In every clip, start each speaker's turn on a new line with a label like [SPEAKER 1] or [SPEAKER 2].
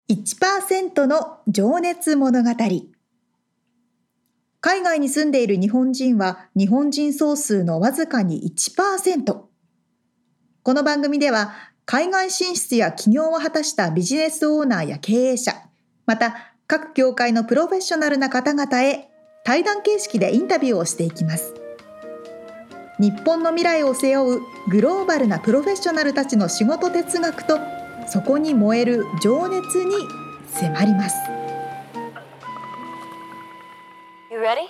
[SPEAKER 1] 1% の情熱物語。海外に住んでいる日本人は日本人総数のわずかに 1%。この番組では海外進出や起業を果たしたビジネスオーナーや経営者、また各業界のプロフェッショナルな方々へ対談形式でインタビューをしていきます。日本の未来を背負うグローバルなプロフェッショナルたちの仕事哲学とそこに燃える情熱に迫ります。
[SPEAKER 2] You ready?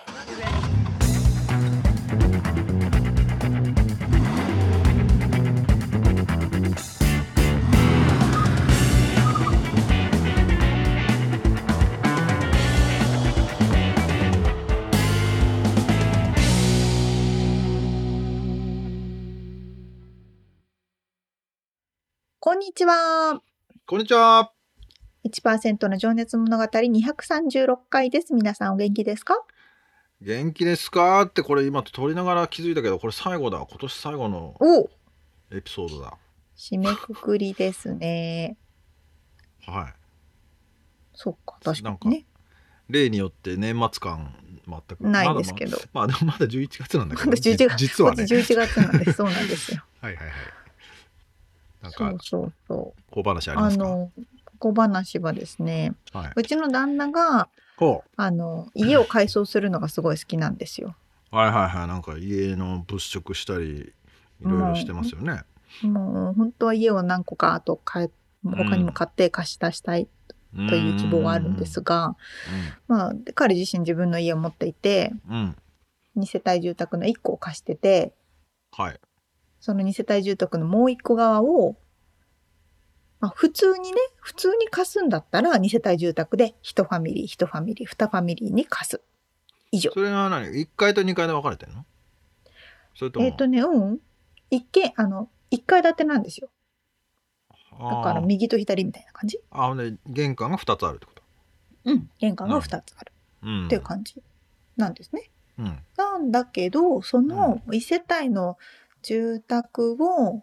[SPEAKER 1] こんにちは。
[SPEAKER 3] こんにちは。
[SPEAKER 1] 1% の情熱物語236回です。皆さんお元気ですか？
[SPEAKER 3] 元気ですかってこれ今撮りながら気づいたけどこれ最後だ。今年最後の
[SPEAKER 1] お、
[SPEAKER 3] エピソードだ。
[SPEAKER 1] 締めくくりですね。
[SPEAKER 3] はい。
[SPEAKER 1] そっか、確かにね。
[SPEAKER 3] 例によって年末感全く
[SPEAKER 1] ないですけど。
[SPEAKER 3] まだ11月なんだけど、
[SPEAKER 1] まだ11月
[SPEAKER 3] 実はね。
[SPEAKER 1] 11月なんです。そうなんですよ。
[SPEAKER 3] はいはいはい。なんか
[SPEAKER 1] そうそうそう。
[SPEAKER 3] 小話ありますか？
[SPEAKER 1] 小話はですね、
[SPEAKER 3] はい。
[SPEAKER 1] うちの旦那が
[SPEAKER 3] ほ
[SPEAKER 1] 家を改装するのがすごい好きなんですよ。
[SPEAKER 3] う。はいはいはい。なんか家の物色したりいろいろしてますよね。
[SPEAKER 1] もう本当は家を何個かあと他にも買って貸し出したいという希望はあるんですが、まあ彼自身自分の家を持っていて、2世帯住宅の1個を貸してて、
[SPEAKER 3] はい。
[SPEAKER 1] その2世帯住宅のもう1個側を、まあ、普通に貸すんだったら2世帯住宅で1ファミリー2ファミリーに貸す以上。
[SPEAKER 3] それは何？1階と2階で分かれてんの？それとも
[SPEAKER 1] 一階建てなんですよ。だから右と左みたいな感じ。
[SPEAKER 3] で玄関が2つあるってこと？
[SPEAKER 1] 玄関が2つあるっていう感じなんですね。なんだけどその1世帯の住宅を、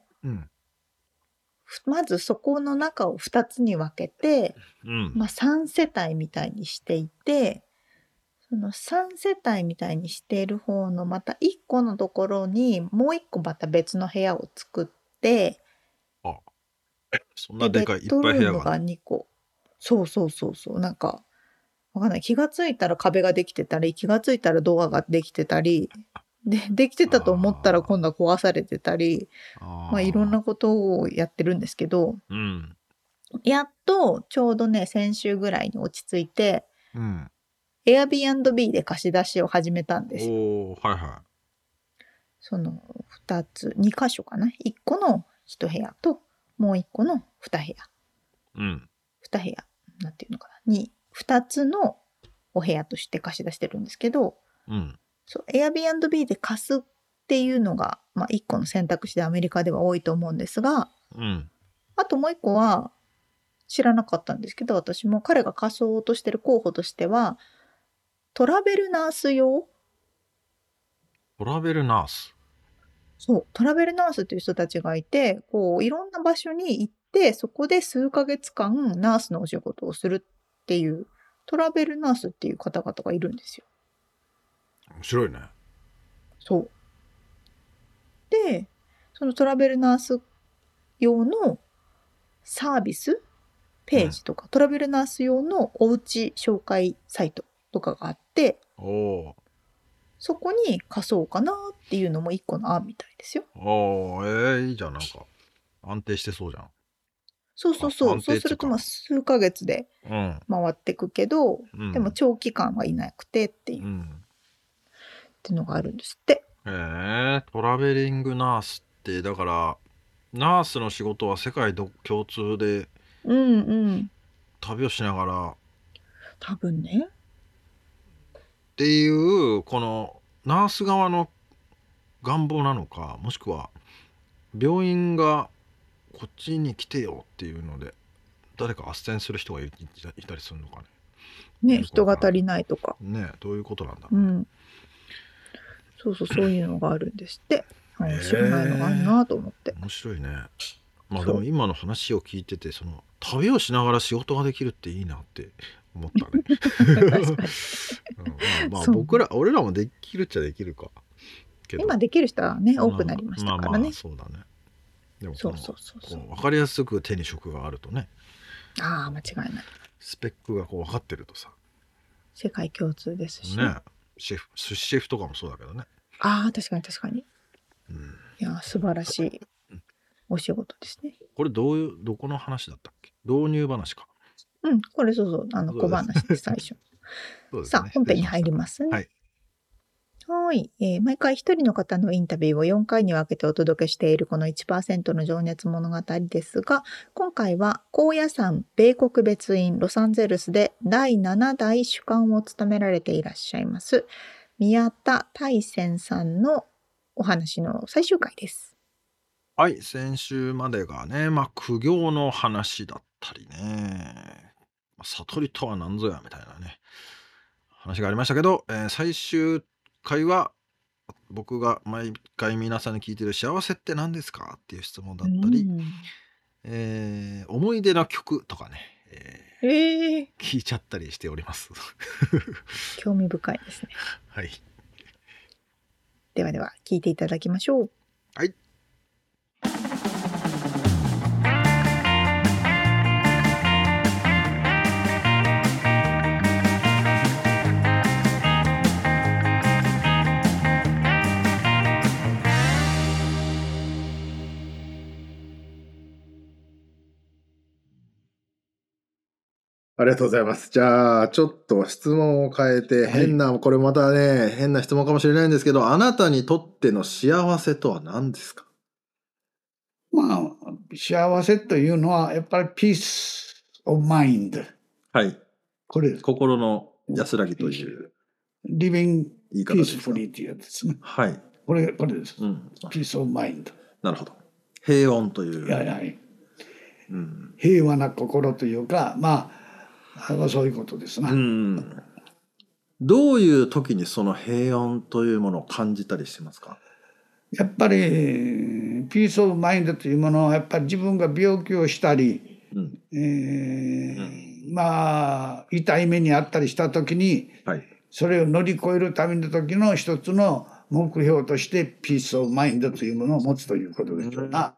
[SPEAKER 1] まずそこの中を2つに分けて、3世帯みたいにしていて、その3世帯みたいにしている方のまた1個のところにもう1個また別の部屋を作って、
[SPEAKER 3] そんなでかいいっぱい部屋が。ベッドルームが
[SPEAKER 1] 2個。そう。なんかわかんない。気がついたら壁ができてたり、気がついたらドアができてたり、できてたと思ったら今度は壊されてたり、いろんなことをやってるんですけど、やっとちょうどね、先週ぐらいに落ち着いて、Airbnb で貸し出しを始めたんですよ。その2箇所かな。1個の1部屋と、もう1個の2部屋。2部屋、なんていうのかな。2つのお部屋として貸し出してるんですけど、Airbnb で貸すっていうのが、1個の選択肢でアメリカでは多いと思うんですが、あともう1個は知らなかったんですけど、私も彼が貸そうとしてる候補としては、トラベルナース用。
[SPEAKER 3] トラベルナース。
[SPEAKER 1] そう、トラベルナースっていう人たちがいて、いろんな場所に行って、そこで数ヶ月間ナースのお仕事をするっていう、トラベルナースっていう方々がいるんですよ。
[SPEAKER 3] 面白いね。
[SPEAKER 1] そう。で、そのトラベルナース用のサービスページとか、トラベルナース用のおうち紹介サイトとかがあって、そこに貸そうかなっていうのも一個の案みたいですよ。
[SPEAKER 3] いいじゃん。なんか安定してそうじゃん。
[SPEAKER 1] そうそうすると数ヶ月で回ってくけど、でも長期間はいなくてっていう、っていうのがあるんですって。
[SPEAKER 3] トラベリングナースってだからナースの仕事は世界共通で旅をしながら
[SPEAKER 1] 多分ね
[SPEAKER 3] っていうこのナース側の願望なのか、もしくは病院がこっちに来てよっていうので誰か斡旋する人がいたりするのかね。
[SPEAKER 1] 人が足りないとか
[SPEAKER 3] どういうことなんだろうね。
[SPEAKER 1] そういうのがあるんですって。知らないのがあるなと思って。
[SPEAKER 3] 面白いね。 まあで
[SPEAKER 1] そう
[SPEAKER 3] も今の話を聞いててその旅をしながら仕事ができるっていいなって思ったね。
[SPEAKER 1] 確かに
[SPEAKER 3] まあ
[SPEAKER 1] そう
[SPEAKER 3] 俺らもできるっちゃできるかけど
[SPEAKER 1] 今できる人はね多くなりましたからね。
[SPEAKER 3] そうだね。でも
[SPEAKER 1] そうそうそうそう。
[SPEAKER 3] 分かりやすく手に職があるとね、
[SPEAKER 1] ああ間違いない。
[SPEAKER 3] スペックが分かってるとさ
[SPEAKER 1] 世界共通ですし。
[SPEAKER 3] ね、寿司シェフとかもそうだけどね。
[SPEAKER 1] ああ確かに確かに。
[SPEAKER 3] うん、
[SPEAKER 1] いや素晴らしいお仕事ですね。
[SPEAKER 3] これどこの話だったっけ？導入話か。
[SPEAKER 1] うんこれそう小話です最初。
[SPEAKER 3] そうですね。
[SPEAKER 1] さあ本編に入りますね。
[SPEAKER 3] はい。
[SPEAKER 1] はい、毎回一人の方のインタビューを4回に分けてお届けしているこの 1% の情熱物語ですが、今回は高野山米国別院ロサンゼルスで第7代主幹を務められていらっしゃいます宮田大泉さんのお話の最終回です。
[SPEAKER 3] はい、先週までがね、苦行の話だったりね、悟りとは何ぞやみたいなね話がありましたけど、最終回は僕が毎回皆さんに聞いてる幸せって何ですかっていう質問だったり、思い出の曲とかね、聞いちゃったりしております。
[SPEAKER 1] 興味深いですね。
[SPEAKER 3] はい。
[SPEAKER 1] では聞いていただきましょう。
[SPEAKER 3] はい。ありがとうございます。じゃあ、ちょっと質問を変えて、これまたね、変な質問かもしれないんですけど、あなたにとっての幸せとは何ですか？
[SPEAKER 4] 幸せというのは、やっぱりピースオブマインド。
[SPEAKER 3] はい。
[SPEAKER 4] これです。
[SPEAKER 3] 心の安らぎという。
[SPEAKER 4] リビング
[SPEAKER 3] 言い
[SPEAKER 4] ピー
[SPEAKER 3] 方ですか？
[SPEAKER 4] スフリーというやつですね。
[SPEAKER 3] はい。
[SPEAKER 4] これです。
[SPEAKER 3] うん。
[SPEAKER 4] ピースオブマインド。
[SPEAKER 3] なるほど。平穏という。
[SPEAKER 4] うん、平和な心というか、そういうことですな。
[SPEAKER 3] どういう時にその平穏というものを感じたりしますか？
[SPEAKER 4] やっぱりピースオブマインドというものはやっぱり自分が病気をしたり、痛い目にあったりした時に、それを乗り越えるための時の一つの目標としてピースオブマインドというものを持つということでしょうな。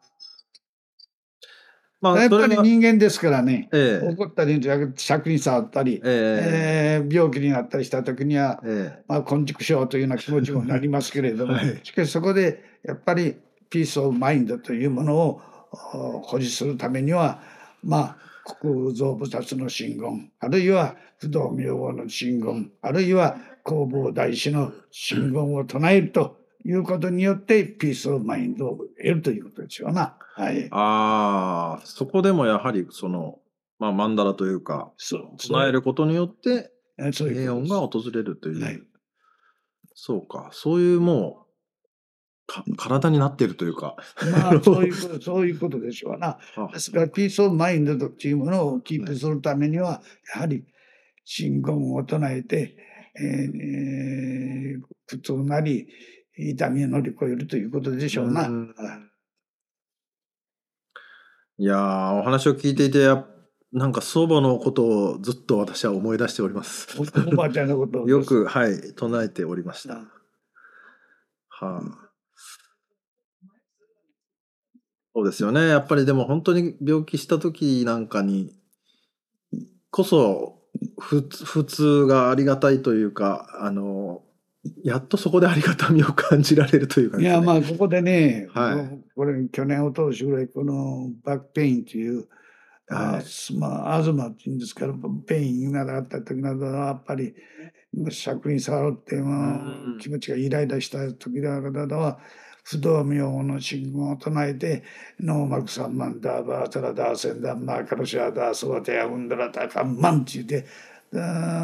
[SPEAKER 4] やっぱり人間ですからね、怒ったり尺に触ったり、病気になったりした時には、根畜症というような気持ちもなりますけれども、しかしそこでやっぱりピースオブマインドというものを保持するためには、国蔵菩薩の真言、あるいは不動明王の真言、あるいは弘法大師の真言を唱えるということによってピースオブマインドを得るということですよな。
[SPEAKER 3] そこでもやはりその、マンダラというか唱えることによって平穏が訪れるという、そうか、そういうもう体になっているというか
[SPEAKER 4] そういうことでしょうな。ですからピースオブマインドというものをキープするためにはやはり真言を唱えて、苦痛なり痛みを乗り越えるということでしょうな。
[SPEAKER 3] いやー、お話を聞いていてなんか祖母のことをずっと私は思い出しております。
[SPEAKER 4] おばあちゃんのことを
[SPEAKER 3] よく唱えておりました。そうですよね。やっぱりでも本当に病気した時なんかにこそ普通がありがたいというか、やっとそこでありがたみを感じられるというかですね。
[SPEAKER 4] ここでね、これ去年おととしぐらいこのバックペインというアズマっていうんですから、ペインがあった時などはやっぱり尺に触って気持ちがイライラした時などは不動明王の真言を唱えてノーマクサンマンダーバータラダーセンダンマーカロシャーダーソワテヤウンダラタカンマンって言ってもう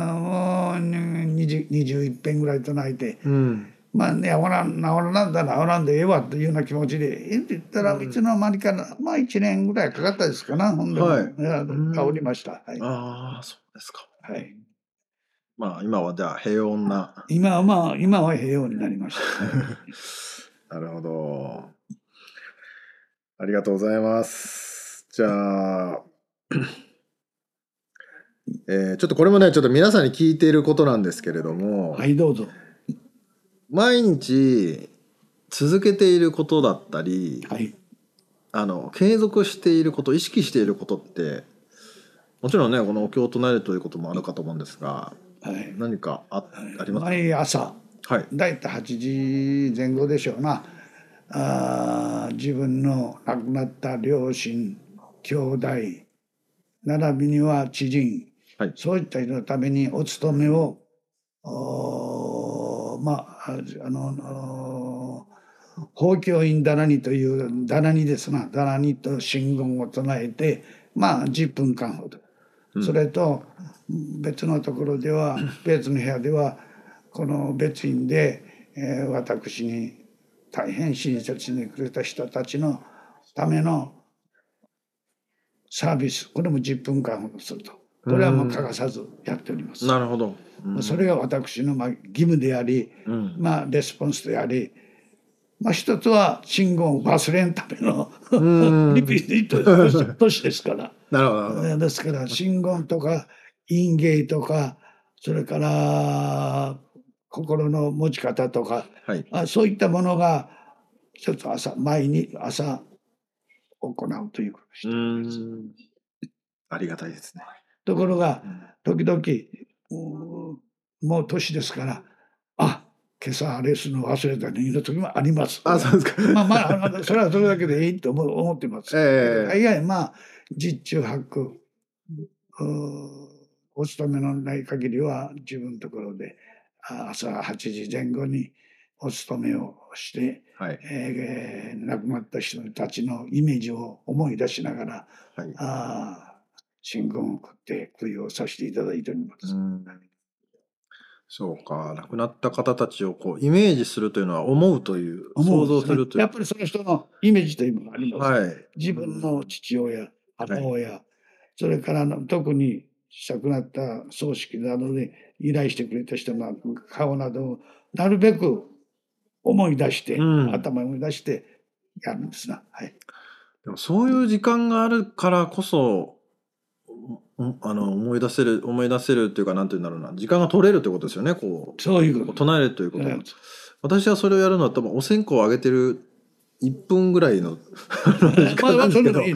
[SPEAKER 4] 21遍ぐらい唱えて、治らんでええわというような気持ちでって言ったらいつの間にか1年ぐらいかかったですかな。ほんで治りました。
[SPEAKER 3] そうですか。今はじゃあ平穏な。
[SPEAKER 4] 今は平穏になりました。
[SPEAKER 3] なるほど。 ありがとうございます。じゃあ、ちょっとこれもね、ちょっと皆さんに聞いていることなんですけれども、
[SPEAKER 4] はい、どうぞ。
[SPEAKER 3] 毎日続けていることだったり、
[SPEAKER 4] はい、
[SPEAKER 3] 継続していること、意識していることって、もちろんね、このお経を唱えるということもあるかと思うんですが、
[SPEAKER 4] はい、
[SPEAKER 3] 何かありますか？
[SPEAKER 4] 毎朝、
[SPEAKER 3] はい、
[SPEAKER 4] だいたい8時前後でしょうな。自分の亡くなった両親、兄弟、並びには知人、
[SPEAKER 3] はい、
[SPEAKER 4] そういった人のためにお勤めを、法教院だらにというだらにですな、だらにと真言を唱えて、10分間ほど。それと別のところでは、別の部屋ではこの別院で、私に大変親切にくれた人たちのためのサービス、これも10分間ほどすると。これはもう欠かさずやっております。
[SPEAKER 3] なるほど。
[SPEAKER 4] それが私の義務であり、レスポンスであり、一つは真言を忘れんためのリピート年ですから。
[SPEAKER 3] なるほど。
[SPEAKER 4] ですから真言とか陰芸とか、それから心の持ち方とか、そういったものが一つ毎日朝行うということをしております。
[SPEAKER 3] ありがたいですね。
[SPEAKER 4] ところが時々もう年ですから、今朝あれするの忘れたねいう時もあります。
[SPEAKER 3] そうですか。
[SPEAKER 4] それはそれだけでいいと思ってます。大概十中八九お勤めのない限りは自分のところで朝8時前後にお勤めをして、亡くなった人たちのイメージを思い出しながら、真言を送って供養させていただいております。
[SPEAKER 3] そうか、亡くなった方たちをイメージするというのは思うという、想像するという。
[SPEAKER 4] やっぱりその人のイメージというのがあります。自分の父親、母親、それから特に亡くなった葬式などで依頼してくれた人の顔などをなるべく思い出して、頭に思い出してやるんですな。
[SPEAKER 3] でもそういう時間があるからこそ思い出せるというか、なんていうんだろうな、時間が取れるということですよね。
[SPEAKER 4] そういうこと。
[SPEAKER 3] 唱えるということ。私はそれをやるのは多分お線香をあげてる1分ぐらいの時間なんですけど、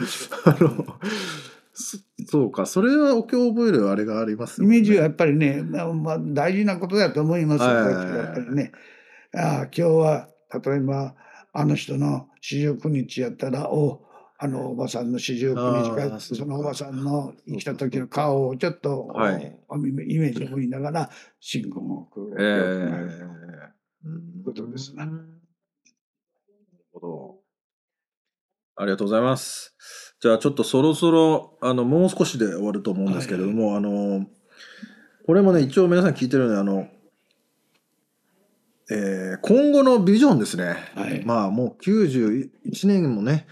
[SPEAKER 3] そうか、それはお経を覚えるあれがあります
[SPEAKER 4] よね。イメージはやっぱりね、大事なことだと思います。やっぱりね、今日は例えばあの人の四十九日やったらあのおばさんの四十九日か、そのおばさんの生きた時の顔をちょっと、イメージを見ながら真言を送ることですね。なる
[SPEAKER 3] ほど。ありがとうございます。じゃあちょっとそろそろもう少しで終わると思うんですけれども、これもね一応皆さん聞いてるので今後のビジョンですね。もう91年もね、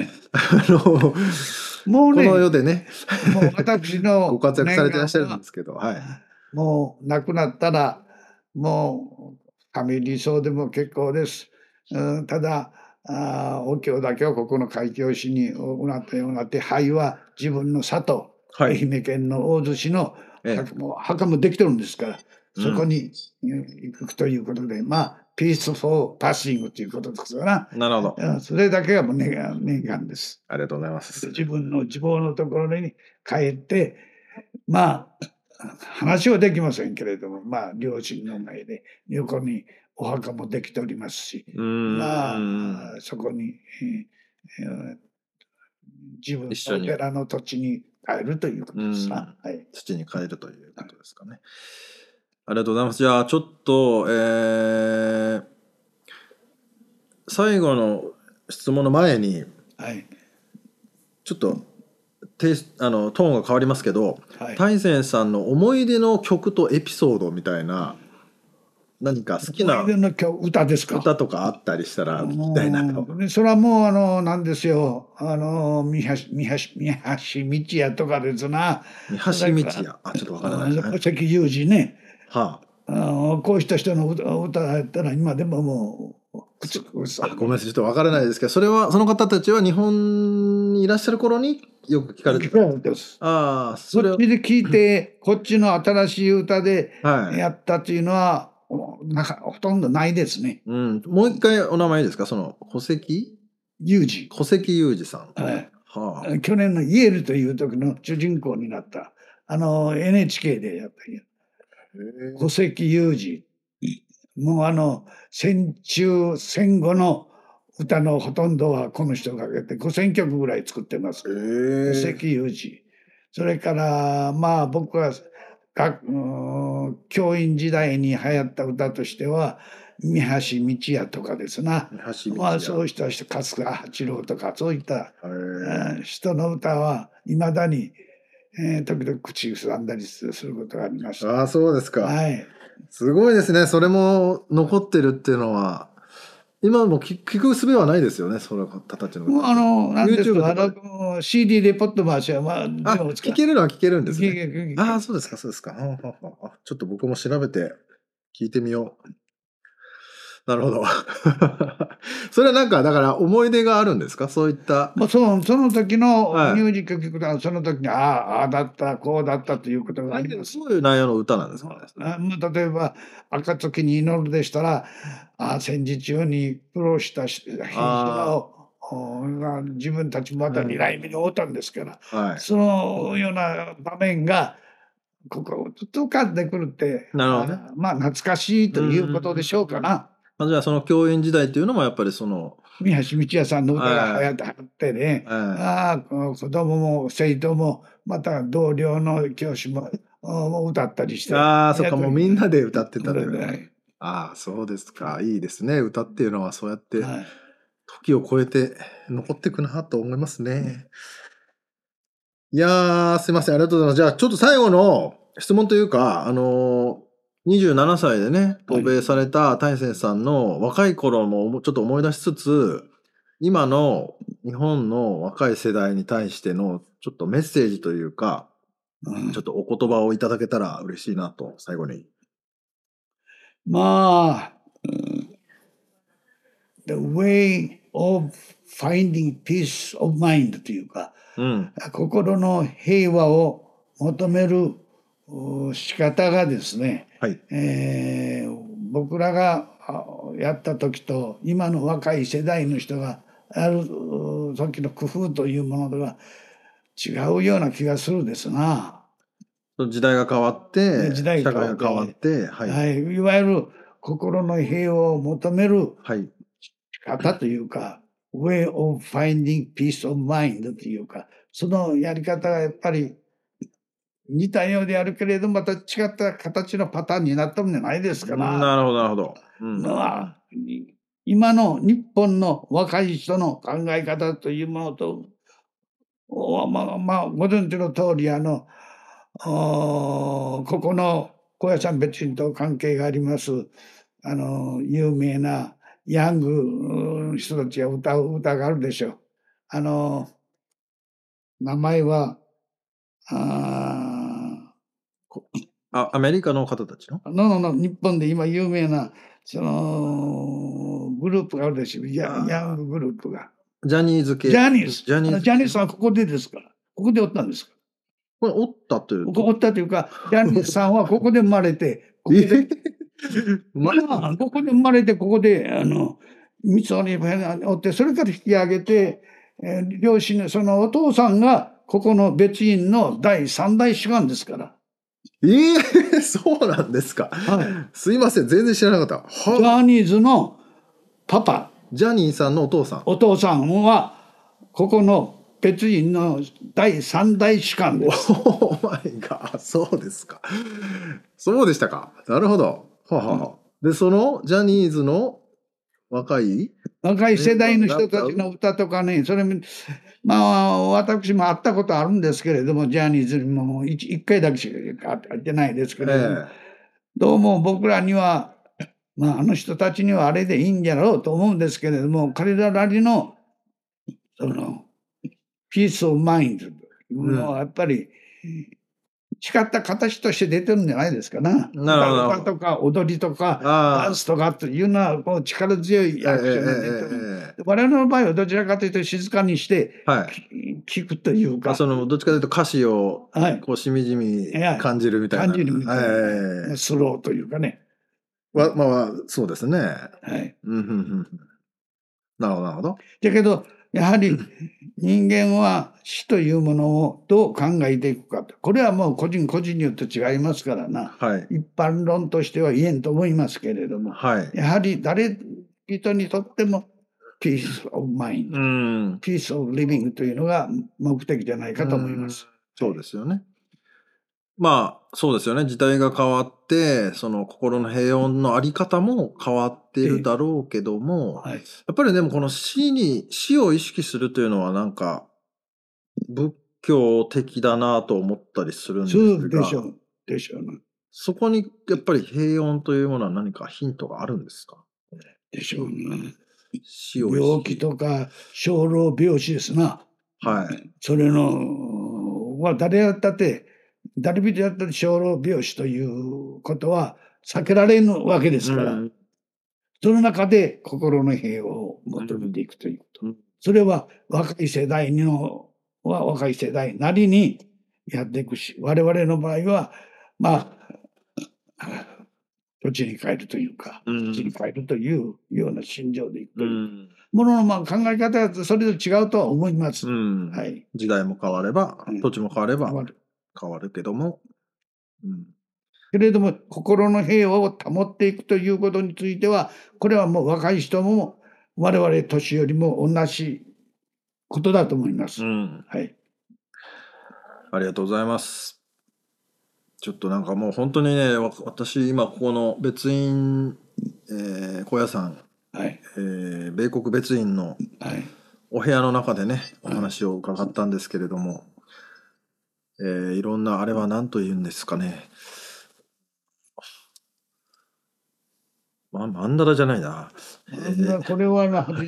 [SPEAKER 3] もうね、この世でね、
[SPEAKER 4] もう私の
[SPEAKER 3] ご活躍されていらっしゃるんですけど、
[SPEAKER 4] もう亡くなったらもう神理想でも結構です。ただお経だけをここの開教師に行ったようになって、灰は自分の里、愛媛県の大洲市の墓もできてるんですから。そこに行くということで、ピースフォーパッシングということですから。
[SPEAKER 3] なるほど。
[SPEAKER 4] それだけがもう念願です。
[SPEAKER 3] ありがとうございます。
[SPEAKER 4] 自分の希望のところに帰って、話はできませんけれども、両親の前で横にお墓もできておりますし、そこに、自分のお寺の土地に帰るということですな。
[SPEAKER 3] 土に帰るということですかね。ありがとうございます。じゃあちょっと、最後の質問の前に、ちょっとトーンが変わりますけど、大仙さんの思い出の曲とエピソードみたいな、何か好きな
[SPEAKER 4] 思い出の歌ですか？
[SPEAKER 3] 歌とかあったりしたら聞きたいなと。
[SPEAKER 4] それはもうなんですよ、三橋道也とかですな。
[SPEAKER 3] 三橋道也、ちょっとわからないですね。
[SPEAKER 4] 小関裕二ね。こうした人の歌やったら今でももう
[SPEAKER 3] ごめんなさい、ちょっとわからないですけど、それはその方たちは日本にいらっしゃる頃によく聞かれてたんです。
[SPEAKER 4] ああ、それを。こっちで聞いて、こっちの新しい歌でやったというのは、ほとんどないですね。
[SPEAKER 3] うん。もう一回お名前いいですか、その戸籍
[SPEAKER 4] 裕二。
[SPEAKER 3] 戸籍裕二さん。
[SPEAKER 4] はい。はあ、去年のイエールという時の主人公になった、NHK でやった戸籍裕二。もう戦中戦後の歌のほとんどはこの人が書けて5000曲ぐらい作ってます。戸籍裕二。それまあ僕は教員時代に流行った歌としては三橋道也とかですな。まあそういう人は春日八郎とかそういった人の歌はいまだに、時々口ずさんだりすることがありました。
[SPEAKER 3] ああ、そうですか。
[SPEAKER 4] はい。
[SPEAKER 3] すごいですね。それも残ってるっていうのは。今も聞く術はないですよね、その方たちの歌。
[SPEAKER 4] なんですか、CD レポット回しは、
[SPEAKER 3] 聞けるのは聞けるんですね。ああ、そうですか、そうですか。ちょっと僕も調べて聞いてみよう。なるほど。それはなんか、だから思い出があるんですか、そういった。
[SPEAKER 4] その時のミュージック聞くと、その時に、ああだった、こうだったということがあります。
[SPEAKER 3] そういう内容の歌なんですか
[SPEAKER 4] ね。例えば、暁に祈るでしたら、戦時中に苦労した兵士の自分たちまた2代目に会うたんですから、そのような場面が、ここずっと浮かんでくるって、
[SPEAKER 3] なるほどね。
[SPEAKER 4] まあ懐かしいということでしょうかな。
[SPEAKER 3] じゃあその教員時代っていうのもやっぱりその
[SPEAKER 4] 三橋道也さんの歌が流行ってね、子供も生徒もまた同僚の教師も歌ったりして。
[SPEAKER 3] ああ、そっか、もうみんなで歌ってたというね。ああ、そうですか。いいですね。歌っていうのはそうやって時を超えて残っていくなと思いますね。いやー、すいません。ありがとうございます。じゃあちょっと最後の質問というか、27歳でね、渡米された大泉さんの若い頃もちょっと思い出しつつ、今の日本の若い世代に対してのちょっとメッセージというか、ちょっとお言葉をいただけたら嬉しいなと、最後に。
[SPEAKER 4] まあ、the way of finding peace of mind というか、心の平和を求める仕方がですね、僕らがやった時と今の若い世代の人がやる時の工夫というものでは違うような気がするですな。
[SPEAKER 3] 時代が変わって社会が変わって、
[SPEAKER 4] いわゆる心の平和を求める仕方というか、way of finding peace of mind というか、そのやり方がやっぱり似たようであるけれどまた違った形のパターンになったもんじゃないですから。
[SPEAKER 3] なるほどなるほど。
[SPEAKER 4] 今の日本の若い人の考え方というものとご存知の通りここの高野山別院と関係があります有名なヤングの人たちが歌う歌があるでしょう。名前は
[SPEAKER 3] アメリカの方たちの
[SPEAKER 4] 日本で今有名なそのグループがあるでしょう。ヤンググループが。
[SPEAKER 3] ジャニーズ系。
[SPEAKER 4] ジャニーズさんはここでですから。ここでおったんですから。
[SPEAKER 3] これおったという
[SPEAKER 4] おったというか、ジャニーズさんはここで生まれて、ここで生まれて、ここで、三つ折りにおって、それから引き上げて、両親の、そのお父さんが、ここの別院の第3代主幹ですから。
[SPEAKER 3] そうなんですか。すいません、全然知らなかった。
[SPEAKER 4] ジャニーズのパパ。
[SPEAKER 3] ジャニーさんのお父さん。
[SPEAKER 4] お父さんは、ここの別院の第3代主幹です。
[SPEAKER 3] オーマイガー、そうですか。そうでしたか。なるほど。で、そのジャニーズの若い
[SPEAKER 4] 世代の人たちの歌とかね、それ私も会ったことあるんですけれども、ジャニーズにも1回だけしか会ってないですけれども、どうも僕らには、あの人たちにはあれでいいんじゃろうと思うんですけれども、彼らなりの、ピースオブマインドというのはやっぱり誓った形として出てるんじゃないですかな。歌とか踊りとかダンスとかというのはもう力強いアクションが出てる。我々の場合はどちらかというと静かにして聞くというか。
[SPEAKER 3] どっちかというと歌詞をこうしみじみ感じるみたいな。
[SPEAKER 4] 感じるみたいな。スローというかね。
[SPEAKER 3] まあそうですね。はい。なるほどなるほど。
[SPEAKER 4] だけどやはり人間は死というものをどう考えていくかと。これはもう個人個人によって違いますからな。一般論としては言えんと思いますけれども。やはり誰人にとってもピースオブマインド、ピースオブリビングというのが目的じゃないかと思います。
[SPEAKER 3] そうですよね。まあそうですよね。時代が変わってその心の平穏のあり方も変わっているだろうけども、やっぱりでもこの死を意識するというのはなんか仏教的だなと思ったりするんですが、
[SPEAKER 4] そうでしょうね。
[SPEAKER 3] そこにやっぱり平穏というものは何かヒントがあるんですか？
[SPEAKER 4] でしょうね。病気とか生老病死ですな。それの誰やったって誰人やったって生老病死ということは避けられぬわけですから、その中で心の平和を求めていくということ。それは若い世代若い世代なりにやっていくし、我々の場合は土地に帰るというか、土地に帰るというような心情でいくというものの考え方はそれと違うとは思います。
[SPEAKER 3] 時代も変われば、土地も変われば変わるけども、
[SPEAKER 4] けれども心の平和を保っていくということについては、これはもう若い人も我々年寄りも同じことだと思います。
[SPEAKER 3] ありがとうございます。ちょっとなんかもう本当にね、私今ここの別院、高野山、米国別院のお部屋の中でね、お話を伺ったんですけれども、いろんなあれは何と言うんですかね、マンダラじゃないな。
[SPEAKER 4] これは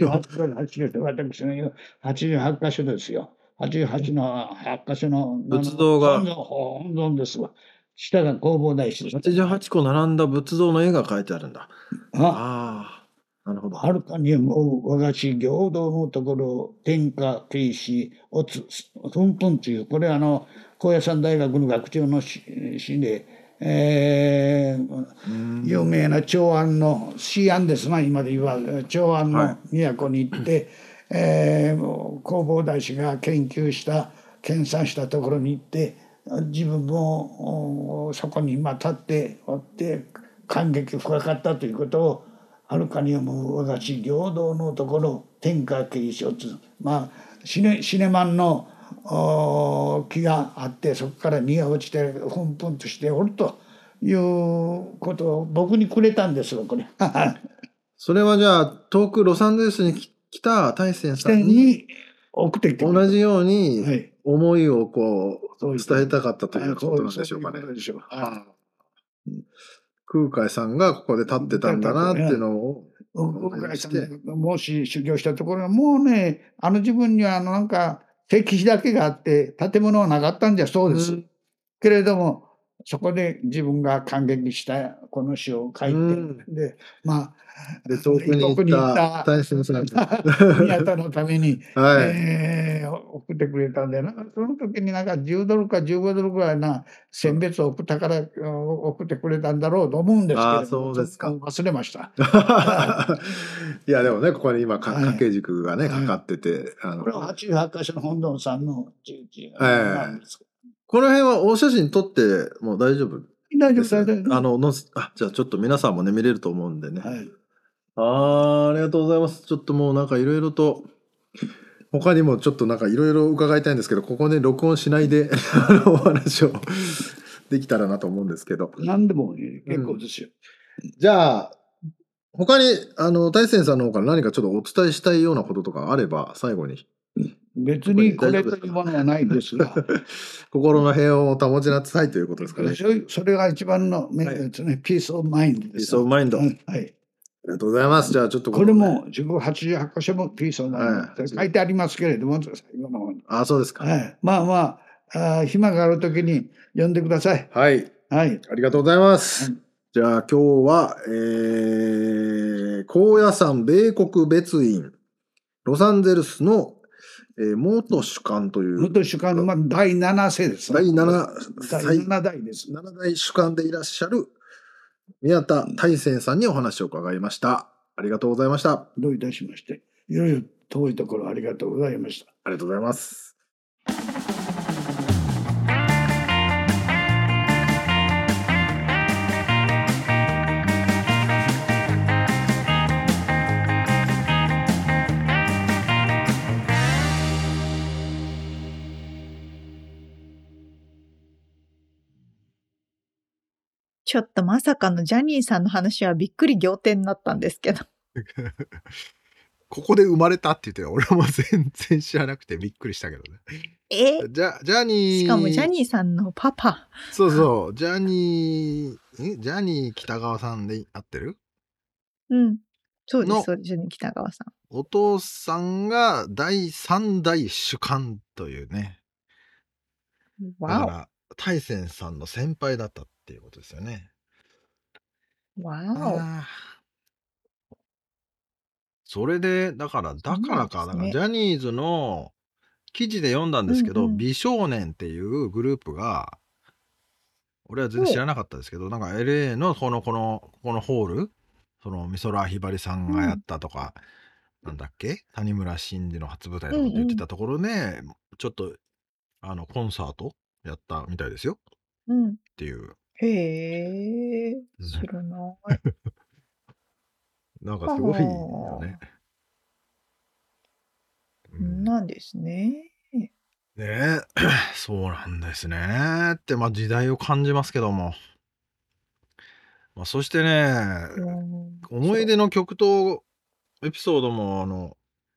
[SPEAKER 4] 88箇所ですよ。88の8箇所の
[SPEAKER 3] 仏像が
[SPEAKER 4] 本尊ですわ。下が弘法大師です。
[SPEAKER 3] 88個並んだ仏像の絵が描いてあるんだ。なるほど。
[SPEAKER 4] はるかにも我が師行道のところ天下慶子おつふんぷんという、これ高野山大学の学長の師で、有名な長安の西安ですな、今で言われる長安の都に行って、弘法大師が研究した研鑽したところに行って、自分もそこに立っておって感激深かったということを、はるかにも我が師行道のところ天下慶子おつ、シネマンの木があって、そこから実が落ちてふんふんとしておるということを僕にくれたんですよ、これ。
[SPEAKER 3] それはじゃあ遠くロサンゼルスに来た大仙さんに
[SPEAKER 4] 送ってきて
[SPEAKER 3] 同じように思いをこう伝えたかったということなんでしょうかね。空海さんがここで立ってたんだなっていうのを
[SPEAKER 4] 空海さんがもし修行したところがもうね、自分にはなんか石碑だけがあって建物はなかったんじゃそうです。けれどもそこで自分が感激したこの詩を書いて、で
[SPEAKER 3] 遠くに行った大仙さん
[SPEAKER 4] 宮田のために、送ってくれたんで、その時になんか10ドルか15ドルぐらいな選別を送ってくれたんだろうと思うんですけれども、
[SPEAKER 3] そうですか。
[SPEAKER 4] 忘れました。
[SPEAKER 3] いやでもね、ここに今掛け軸がねかかってて、
[SPEAKER 4] これは88箇所の本尊さんのなんですけど。
[SPEAKER 3] この辺はお写真撮ってもう大丈夫？
[SPEAKER 4] 大丈夫。
[SPEAKER 3] じゃあちょっと皆さんもね見れると思うんでね。ありがとうございます。ちょっともうなんかいろいろと他にもちょっとなんかいろいろ伺いたいんですけど、ここで録音しないでお話をできたらなと思うんですけど。
[SPEAKER 4] 何でも結構ですよ。
[SPEAKER 3] じゃあ他に大仙さんの方から何かちょっとお伝えしたいようなこととかあれば最後に。
[SPEAKER 4] 別にこれというものはないですが
[SPEAKER 3] 心の平穏を保ちなさいということですかね。
[SPEAKER 4] それが一番のメインですね。ピースオブマインドです。
[SPEAKER 3] ピースオブマインド。ありがとうございます。じゃあちょっと
[SPEAKER 4] これも88箇所もピースオブマインドって書いてありますけれども、最後の方に。
[SPEAKER 3] そうですか。
[SPEAKER 4] 暇があるときに呼んでください。
[SPEAKER 3] はい。
[SPEAKER 4] はい。
[SPEAKER 3] ありがとうございます。じゃあ今日は、高野山米国別院、ロサンゼルスの、元主幹という。
[SPEAKER 4] 元主幹の、第7世です。
[SPEAKER 3] 第7
[SPEAKER 4] 代です。
[SPEAKER 3] 7代主幹でいらっしゃる宮田大泉さんにお話を伺いました。ありがとうございました。
[SPEAKER 4] どういたしまして。いろいろ遠いところありがとうございました。
[SPEAKER 3] ありがとうございます。
[SPEAKER 1] ちょっとまさかのジャニーさんの話はびっくり仰天になったんですけど。
[SPEAKER 3] ここで生まれたって言って、俺も全然知らなくてびっくりしたけどね。ジャニー。
[SPEAKER 1] しかもジャニーさんのパパ。
[SPEAKER 3] そうそう。ジャニー北川さんで合ってる？
[SPEAKER 1] うん。そうです、そうです。ジャニー北川さん。
[SPEAKER 3] お父さんが第3代主幹というね。だから、大泉さんの先輩だったっていうことですよね。
[SPEAKER 1] わお。
[SPEAKER 3] それで、だからジャニーズの記事で読んだんですけど、美少年っていうグループが、俺は全然知らなかったですけど、なんか LA のこのホール、その美空ひばりさんがやったとか、なんだっけ、谷村新司の初舞台とかって言ってたところで、ちょっとコンサートやったみたいですよ。っていう。
[SPEAKER 1] へえ、知らない。
[SPEAKER 3] なんかすごいよね。
[SPEAKER 1] なんですね。
[SPEAKER 3] ねえ、そうなんですねって、時代を感じますけども。そしてね、思い出の曲とエピソードも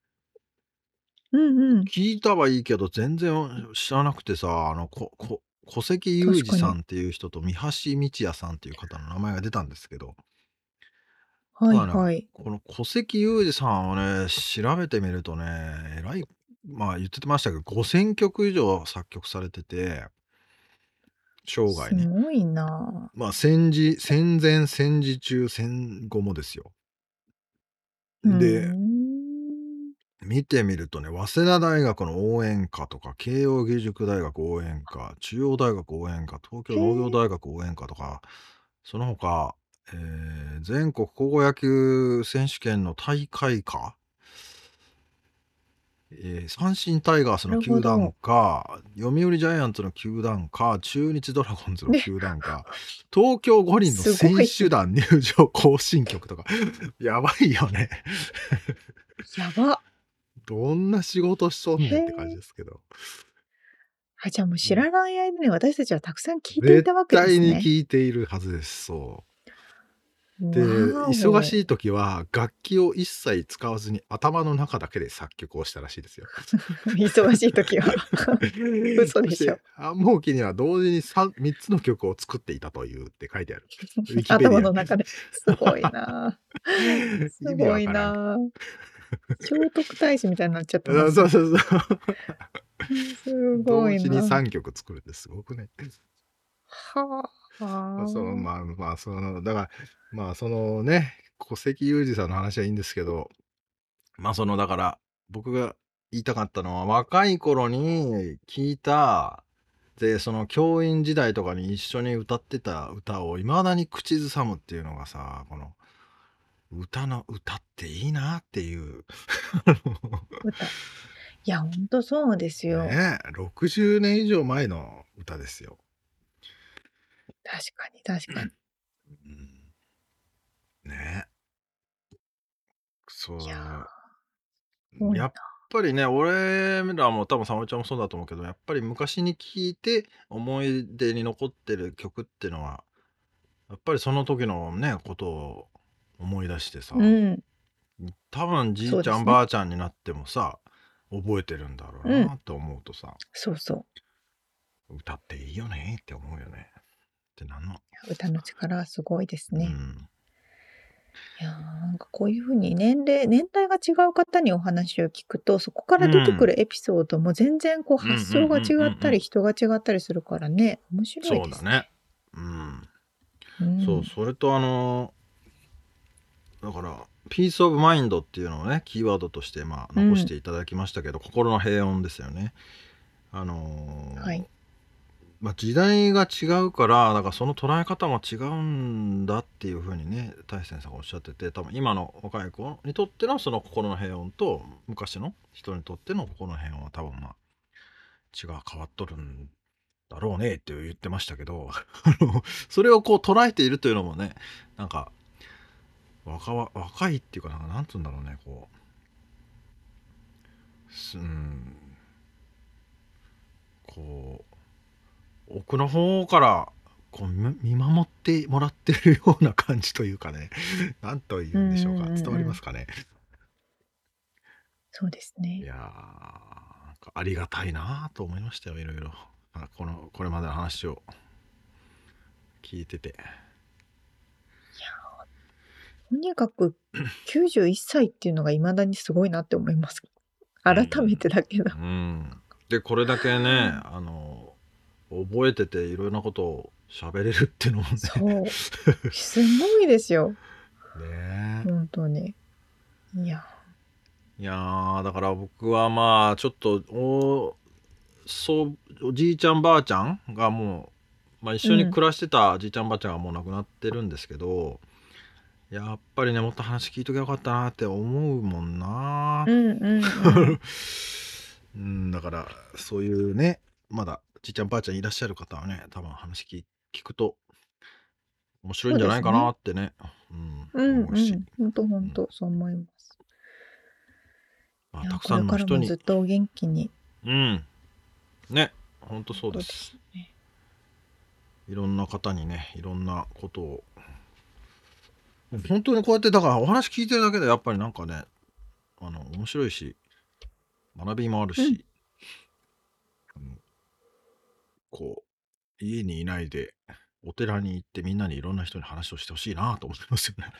[SPEAKER 3] 聞いたはいいけど全然知らなくてさ、古関裕二さんっていう人と三橋道也さんっていう方の名前が出たんですけど、
[SPEAKER 1] はいはい。
[SPEAKER 3] この古関裕二さんをね、調べてみるとね、えらい、言ってましたけど、5000曲以上作曲されてて、生涯に。
[SPEAKER 1] すごいな。
[SPEAKER 3] 戦前、戦時中、戦後もですよ。で、見てみるとね、早稲田大学の応援歌とか、慶應義塾大学応援歌、中央大学応援歌、東京農業大学応援歌とか、その他、全国高校野球選手権の大会歌、阪神タイガースの球団歌、読売ジャイアンツの球団歌、中日ドラゴンズの球団歌、東京五輪の選手団入場行進曲とか、やばいよね。
[SPEAKER 1] やば。
[SPEAKER 3] どんな仕事しとんねんって感じですけど。
[SPEAKER 1] じゃあもう知らない間に私たちはたくさん聞いていたわけですね。
[SPEAKER 3] 絶対に聞いているはずです。そう。で、忙しい時は楽器を一切使わずに頭の中だけで作曲をしたらしいですよ。
[SPEAKER 1] 忙しい時は。嘘でしょ。
[SPEAKER 3] 繁忙期には同時に 3つの曲を作っていたというって書いてある。
[SPEAKER 1] 頭の中で。すごいな。すごいな。聖徳太子みたいになっちゃってます。
[SPEAKER 3] そう。
[SPEAKER 1] すごいな。
[SPEAKER 3] 同時に3曲作るってすごくね。
[SPEAKER 1] はあ。
[SPEAKER 3] だからそのね、古関裕二さんの話はいいんですけど、だから僕が言いたかったのは、若い頃に聞いた、でその教員時代とかに一緒に歌ってた歌をいまだに口ずさむっていうのがさ、この歌っていいなっていう
[SPEAKER 1] 歌。いや、ほんとそうですよ。
[SPEAKER 3] ね、60年以上前の歌ですよ。
[SPEAKER 1] 確かに確かに。
[SPEAKER 3] ね。そう。
[SPEAKER 1] や
[SPEAKER 3] っぱりね、俺らも多分沙織ちゃんもそうだと思うけど、やっぱり昔に聴いて思い出に残ってる曲っていうのは、やっぱりその時のね、ことを思い出してさ、多分じいちゃんばあちゃんになってもさ、覚えてるんだろうなって思うとさ、
[SPEAKER 1] そうそう。
[SPEAKER 3] 歌っていいよねって思うよね。ってなんの？
[SPEAKER 1] 歌の力はすごいですね。 いや、なんかこういう風に年代が違う方にお話を聞くと、そこか
[SPEAKER 3] う
[SPEAKER 1] ら出てく
[SPEAKER 3] ん。
[SPEAKER 1] るエピソードも全然こう
[SPEAKER 3] うんうん
[SPEAKER 1] 発想が違ったり、
[SPEAKER 3] うんうんうん。
[SPEAKER 1] 人が違ったりするからね、面白いです
[SPEAKER 3] そうだね。
[SPEAKER 1] ね。
[SPEAKER 3] うん。そう、
[SPEAKER 1] うん。
[SPEAKER 3] それとだから、ピースオブマインドっていうのをね、キーワードとしてまあ残し
[SPEAKER 1] うん。
[SPEAKER 3] ていただきましたけど、心の平穏ですよね。
[SPEAKER 1] はい。
[SPEAKER 3] 時代が違うから、だからその捉え方も違うんだっていうふうにね、大先生がおっしゃってて、多分今の若い子にとってのその心の平穏と、昔の人にとっての心の平穏は多分まあ違う変わっとるんだろうねって言ってましたけど、それをこう捉えているというのもね、なんか若いっていうかなんつうんだろうね、こう、こう奥の方からこう見守ってもらってるような感じというかね、なんと言うんでしょうか、伝わりますかね。
[SPEAKER 1] そうですね。
[SPEAKER 3] いやー、なんかありがたいなと思いましたよ、いろいろ。これまでの話を聞いてて。
[SPEAKER 1] とにかく91歳っていうのが未だにすごいなって思います。改めてだけど。
[SPEAKER 3] で、これだけね、覚えてていろんなことを喋れるっていうのもね。
[SPEAKER 1] そう。すごいですよ。
[SPEAKER 3] ね。
[SPEAKER 1] 本当に。いや
[SPEAKER 3] ー、だから僕はまあちょっとおじいちゃんばあちゃんがもう、一緒に暮らしてたじいちゃんばあちゃんがもう亡くなってるんですけど、やっぱりね、もっと話聞いときゃよかったなって思うもんな。だからそういうね、まだじいちゃんばあちゃんいらっしゃる方はね、多分話聞くと面白いんじゃないかなってね、思うし、
[SPEAKER 1] 本当そう思います。
[SPEAKER 3] たく
[SPEAKER 1] これから
[SPEAKER 3] さんの人に
[SPEAKER 1] もずっとお元気に。
[SPEAKER 3] ね、本当そうです。いろんな方にね、いろんなことを本当にこうやってだからお話聞いてるだけでやっぱりなんかね、面白いし学びもあるし、こう家にいないでお寺に行ってみんなにいろんな人に話をしてほしいなと思ってますよね。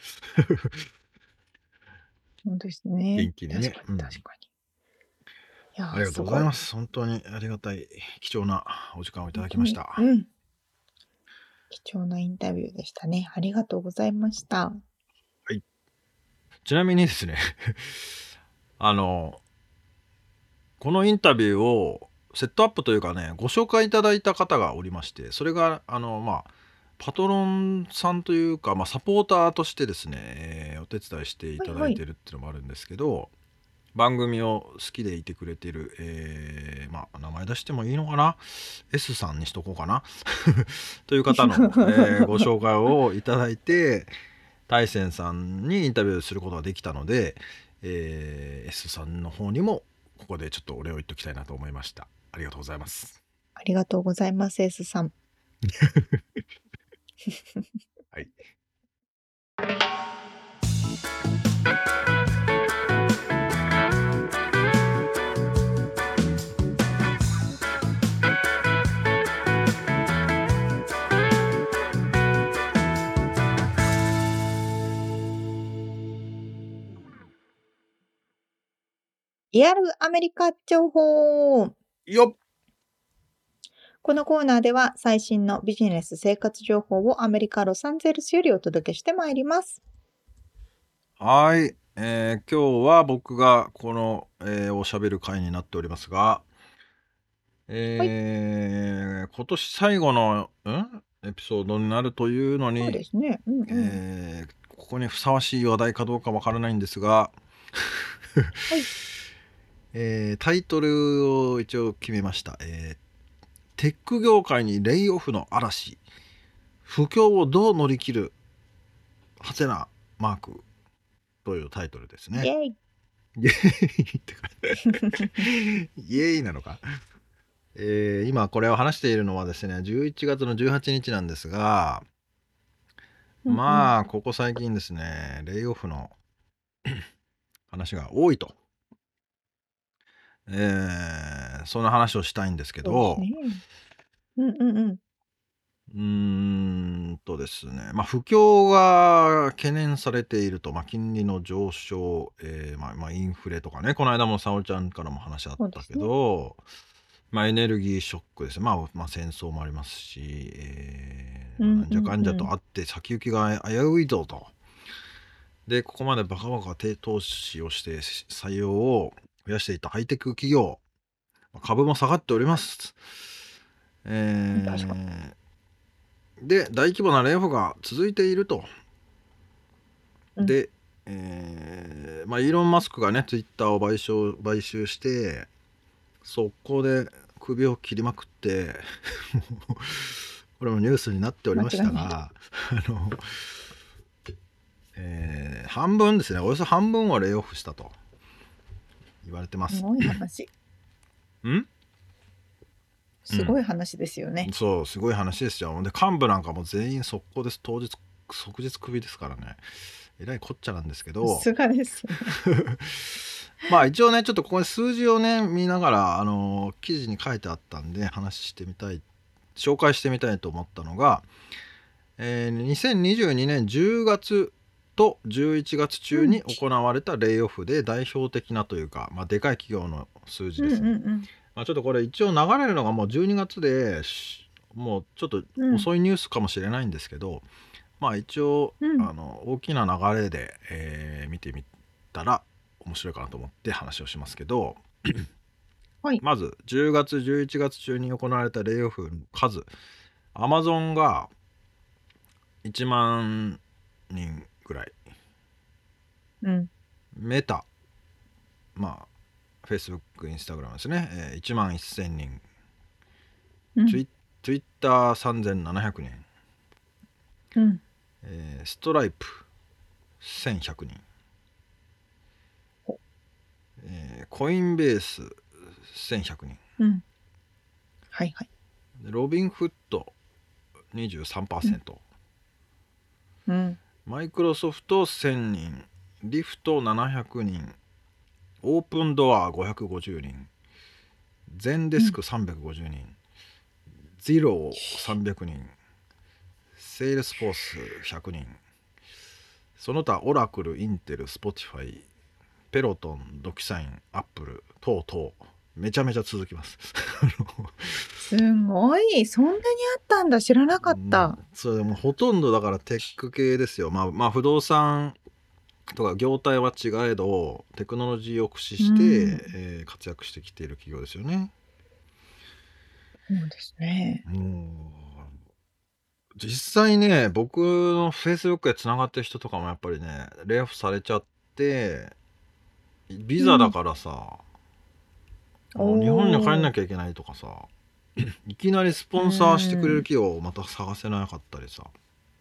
[SPEAKER 1] そうですね。
[SPEAKER 3] 元気にね。
[SPEAKER 1] 確かに。いや
[SPEAKER 3] ありがとうございます。本当にありがたい貴重なお時間をいただきました。
[SPEAKER 1] 貴重なインタビューでしたね。ありがとうございました。
[SPEAKER 3] はい。ちなみにですねこのインタビューをセットアップというかね、ご紹介いただいた方がおりまして、それがパトロンさんというか、サポーターとしてですね、お手伝いしていただいてるっていうのもあるんですけど、番組を好きでいてくれてる、名前出してもいいのかな、 S さんにしとこうかなという方の、ご紹介をいただいて、大仙さんにインタビューすることができたので、S さんの方にもここでちょっとお礼を言っておきたいなと思いました。ありがとうございます。
[SPEAKER 1] ありがとうございます、S さん。
[SPEAKER 3] はい。
[SPEAKER 1] リアルアメリカ情報
[SPEAKER 3] よっ。
[SPEAKER 1] このコーナーでは最新のビジネス生活情報をアメリカ・ロサンゼルスよりお届けしてまいります。
[SPEAKER 3] はい、今日は僕がこの、おしゃべる会になっておりますが、今年最後のエピソードになるというのに、
[SPEAKER 1] そうですね。
[SPEAKER 3] ここにふさわしい話題かどうかわからないんですが、タイトルを一応決めました。テック業界にレイオフの嵐、不況をどう乗り切るハテナマークというタイトルですね。
[SPEAKER 1] イエイ
[SPEAKER 3] イエイってイエイなのか。今これを話しているのはですね、11月の18日なんですが、ここ最近ですね、レイオフの話が多いと、そんな話をしたいんですけど、 ですね、不況が懸念されていると、金利の上昇、インフレとかね、この間も沙織ちゃんからも話あったけど、エネルギーショックですね、戦争もありますし、なんじゃかんじゃとあって先行きが危ういぞと。でここまでバカバカ低投資をして採用を増やしていたハイテク企業、株も下がっております。で大規模なレイオフが続いていると。で、イーロン・マスクがねツイッターを買収して速攻で首を切りまくってこれもニュースになっておりましたが半分ですね、およそ半分をレイオフしたと言われてます。
[SPEAKER 1] すごい話すごい話ですよね。
[SPEAKER 3] そうすごい話ですよ。で幹部なんかも全員速攻です。即日クビですからね、えらいこっちゃなんですけど、
[SPEAKER 1] さすがですね
[SPEAKER 3] 一応ねちょっとここで数字をね見ながら記事に書いてあったんで紹介してみたいと思ったのが、2022年10月と11月中に行われたレイオフで代表的なというか、でかい企業の数字ですね。ちょっとこれ一応流れるのがもう12月でもうちょっと遅いニュースかもしれないんですけど、一応、大きな流れで、見てみたら面白いかなと思って話をしますけど、まず10月11月中に行われたレイオフの数、アマゾンが1万人ぐらい、メタFacebook、インスタグラムですね、1万1000人、ツイッター3700人、ストライプ1100人、コインベース1100人、ロビンフット 23%、マイクロソフト1000人、リフト700人、オープンドア550人、ゼンデスク350人、ゼロー300人、セールスフォース100人、その他オラクル、インテル、スポティファイ、ペロトン、ドキサイン、アップル等々めちゃめちゃ続きます
[SPEAKER 1] すごい、そんなにあったんだ、知らなかった。
[SPEAKER 3] それもほとんどだからテック系ですよ。不動産とか業態は違えどテクノロジーを駆使して、活躍してきている企業ですよね。
[SPEAKER 1] そうですね。
[SPEAKER 3] 実際ね、僕の Facebook でつながってる人とかもやっぱりねレイオフされちゃって、ビザだからさ、日本に帰んなきゃいけないとかさいきなりスポンサーしてくれる企業をまた探せなかったりさ、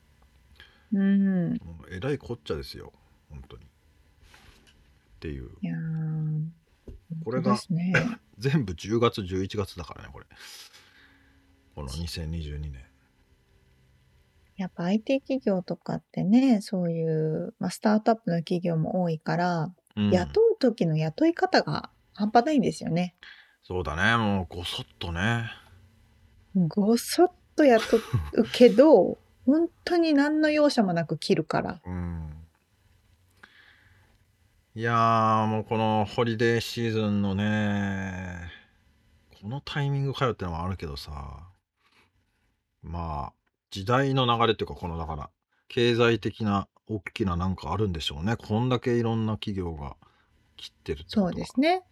[SPEAKER 3] えらいこっちゃですよ本当にっていう。これが、全部10月11月だからね、この2022年。
[SPEAKER 1] やっぱ IT 企業とかってね、そういう、スタートアップの企業も多いから、雇う時の雇い方が半端ないんですよね。
[SPEAKER 3] そうだね、もうごそっとね。
[SPEAKER 1] ごそっと雇うけど本当に何の容赦もなく切るから。
[SPEAKER 3] いやもうこのホリデーシーズンのねこのタイミングかよってのはあるけどさ、時代の流れっていうか、このだから経済的な大きななんかあるんでしょうね、こんだけいろんな企業が切ってるってことは。
[SPEAKER 1] そうですね。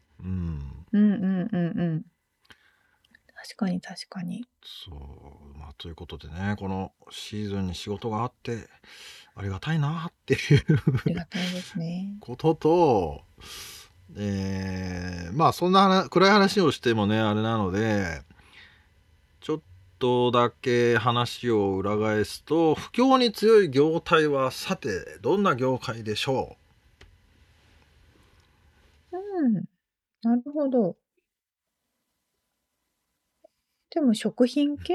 [SPEAKER 1] 確かに確かに。
[SPEAKER 3] そうということでね、このシーズンに仕事があってありがたいなっていう
[SPEAKER 1] ありがたいですね
[SPEAKER 3] ことと、そんな暗い話をしてもねあれなので、ちょっとだけ話を裏返すと、不況に強い業態はさてどんな業界でしょ
[SPEAKER 1] う？なるほど。でも食品系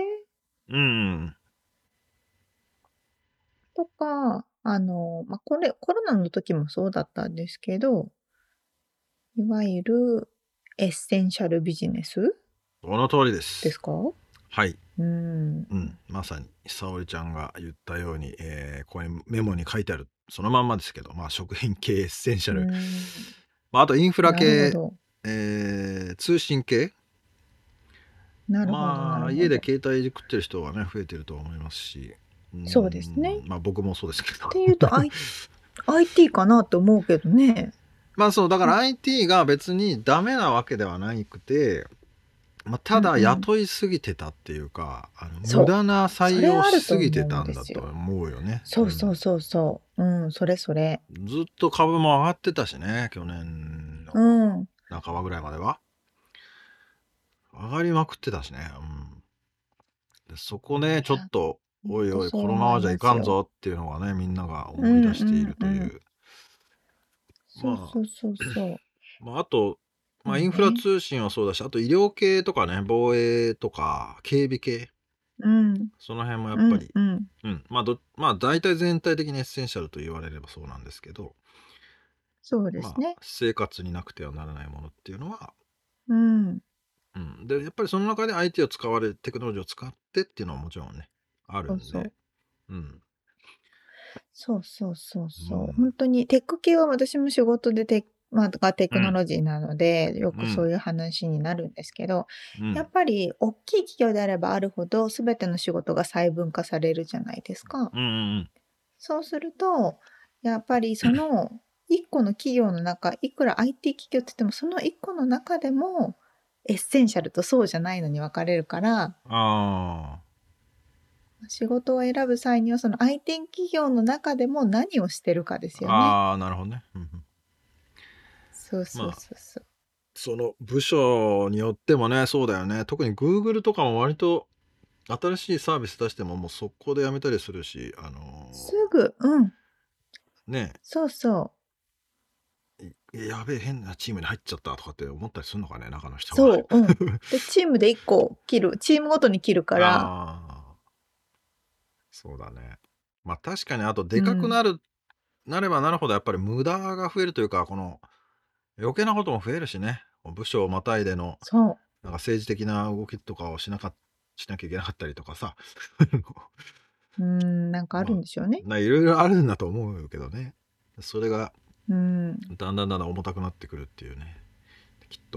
[SPEAKER 1] とか、コロナの時もそうだったんですけど、いわゆるエッセンシャルビジネス
[SPEAKER 3] その通りです。
[SPEAKER 1] ですか？
[SPEAKER 3] はい。 まさに沙織ちゃんが言ったように、ここにメモに書いてあるそのまんまですけど、食品系エッセンシャル、あとインフラ系、通信系、家で携帯で食ってる人はね増えてると思いますし、
[SPEAKER 1] そうですね。
[SPEAKER 3] 僕もそうですけど。
[SPEAKER 1] っていうとIT かなって思うけどね。
[SPEAKER 3] そうだから IT が別にダメなわけではなくて、ただ雇いすぎてたっていうか、無駄な採用しすぎてたんだと思うよね。
[SPEAKER 1] そう。それ。ず
[SPEAKER 3] っと株も上がってたしね、去年の半ばぐらいまでは。上がりまくってたしね。でそこね、ちょっと、おいおい、このままじゃいかんぞっていうのがね、みんなが思い出しているという。あと、インフラ通信はそうだし、あと医療系とかね、防衛とか警備系、その辺もやっぱり、大体全体的にエッセンシャルと言われればそうなんですけど、
[SPEAKER 1] そうですね。
[SPEAKER 3] 生活になくてはならないものっていうのは、でやっぱりその中で IT を使われテクノロジーを使ってっていうのはもちろんねあるんで、
[SPEAKER 1] そう。本当にテック系は私も仕事でテクノロジーなので、よくそういう話になるんですけど、やっぱり大きい企業であればあるほど全ての仕事が細分化されるじゃないですか。そうするとやっぱりその1個の企業の中、いくら IT 企業って言ってもその1個の中でもエッセンシャルとそうじゃないのに分かれるから、仕事を選ぶ際にはその IT 企業の中でも何をしてるかですよね。
[SPEAKER 3] なるほどね。
[SPEAKER 1] そう。
[SPEAKER 3] その部署によってもね、そうだよね。特に Google とかも割と新しいサービス出してももう速攻でやめたりするし、
[SPEAKER 1] すぐ、
[SPEAKER 3] ね。
[SPEAKER 1] そう
[SPEAKER 3] やべえ変なチームに入っちゃったとかって思ったりするのかね、中の人
[SPEAKER 1] は。そう、でチームで1個切る、チームごとに切るから。
[SPEAKER 3] そうだね。確かにあとでかくなればなるほどやっぱり無駄が増えるというか、この余計なことも増えるしね。部署をまたいでのなんか政治的な動きとかをしなきゃいけなかったりとかさ。
[SPEAKER 1] なんかあるんでしょうね。
[SPEAKER 3] いろいろあるんだと思うけどね。それがだんだん重たくなってくるっていうね。きっと。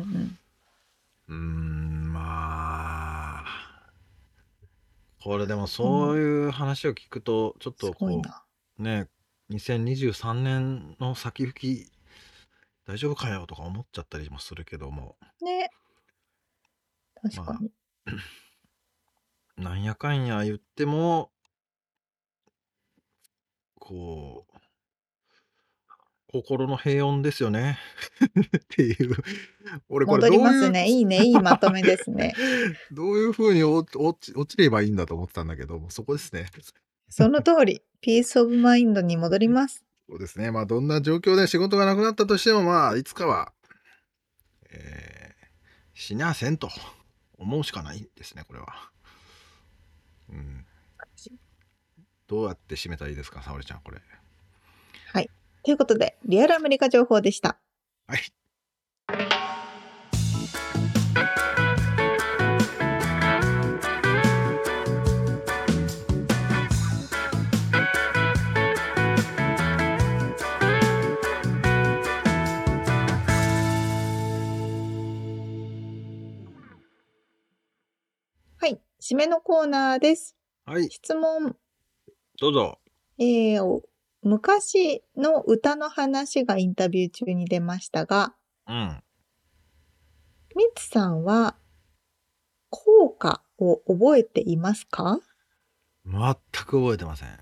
[SPEAKER 3] これでもそういう話を聞くとちょっとこうね、2023年の先行き大丈夫かよとか思っちゃったりもするけども
[SPEAKER 1] ね、確かに、
[SPEAKER 3] なんやかんや言ってもこう心の平穏ですよねっていう
[SPEAKER 1] 俺これ戻りますね。いいね、いいまとめですね。
[SPEAKER 3] どういうふうに落ちればいいんだと思ってたんだけども、そこですね。
[SPEAKER 1] その通り、ピースオブマインドに戻ります。
[SPEAKER 3] そうですね。どんな状況で仕事がなくなったとしてもいつかは、死にゃせんと思うしかないですね、これは。どうやって締めたらいいですか、沙織ちゃん、これ。
[SPEAKER 1] はい。ということで、リアルアメリカ情報でした。
[SPEAKER 3] はい。
[SPEAKER 1] はい。締めのコーナーです。
[SPEAKER 3] はい。
[SPEAKER 1] 質問。
[SPEAKER 3] どうぞ。
[SPEAKER 1] 昔の歌の話がインタビュー中に出ましたが、ミツさんは校歌を覚えていますか？
[SPEAKER 3] 全く覚えてません。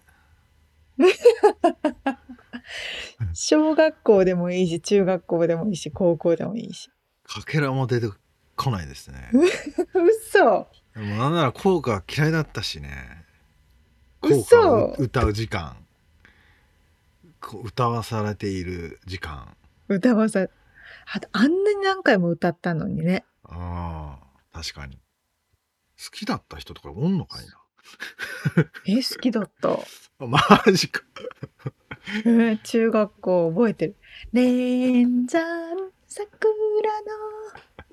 [SPEAKER 1] 小学校でもいいし、中学校でもいいし、高校でもいいし。
[SPEAKER 3] かけらも出てこないですね。
[SPEAKER 1] 嘘。
[SPEAKER 3] でもなんなら校歌嫌いだったしね。
[SPEAKER 1] 嘘。
[SPEAKER 3] 歌う時間。歌わされている時間。
[SPEAKER 1] あんなに何回も歌ったのにね。
[SPEAKER 3] 確かに。好きだった人とかおんのかいな。
[SPEAKER 1] 好きだった。
[SPEAKER 3] マジか。
[SPEAKER 1] 中学校覚えてる。連山桜の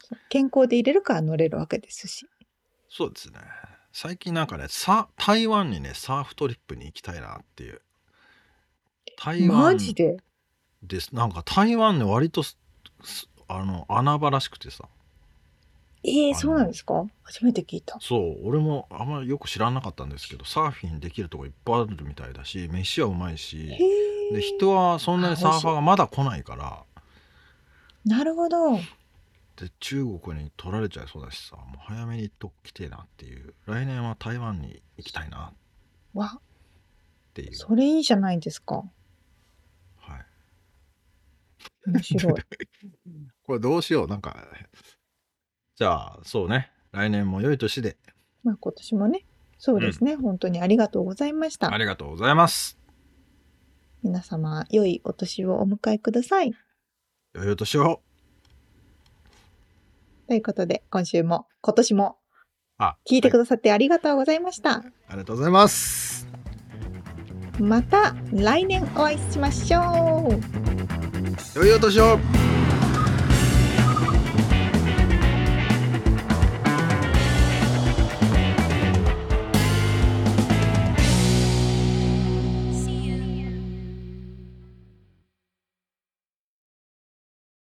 [SPEAKER 1] 健康で入れるから乗れるわけですし。
[SPEAKER 3] そうですね。最近なんかね、台湾にね、サーフトリップに行きたいなっていう。台湾
[SPEAKER 1] マジで
[SPEAKER 3] です。なんか台湾ね、割と穴場らしくてさ。
[SPEAKER 1] そうなんですか？初めて聞いた。
[SPEAKER 3] そう、俺もあんまりよく知らなかったんですけど、サーフィンできるとこいっぱいあるみたいだし、飯はうまいし、で人はそんなにサーファーがまだ来ないから。
[SPEAKER 1] なるほど。
[SPEAKER 3] で中国に取られちゃいそうだしさ、もう早めに行っときてえなっていう。来年は台湾に行きたいなっていう。
[SPEAKER 1] それいいじゃないですか。
[SPEAKER 3] はい。
[SPEAKER 1] 面白い。
[SPEAKER 3] これどうしよう、なんか。じゃあそうね、来年も良い年で。
[SPEAKER 1] まあ今年もね、そうですね、本当にありがとうございました。
[SPEAKER 3] ありがとうございます。
[SPEAKER 1] 皆様良いお年をお迎えください。
[SPEAKER 3] 良いお年を。
[SPEAKER 1] ということで今年も聞いてくださってありがとうございました。
[SPEAKER 3] ありがとうございます。
[SPEAKER 1] また来年お会いしましょう。
[SPEAKER 3] 良いお年を。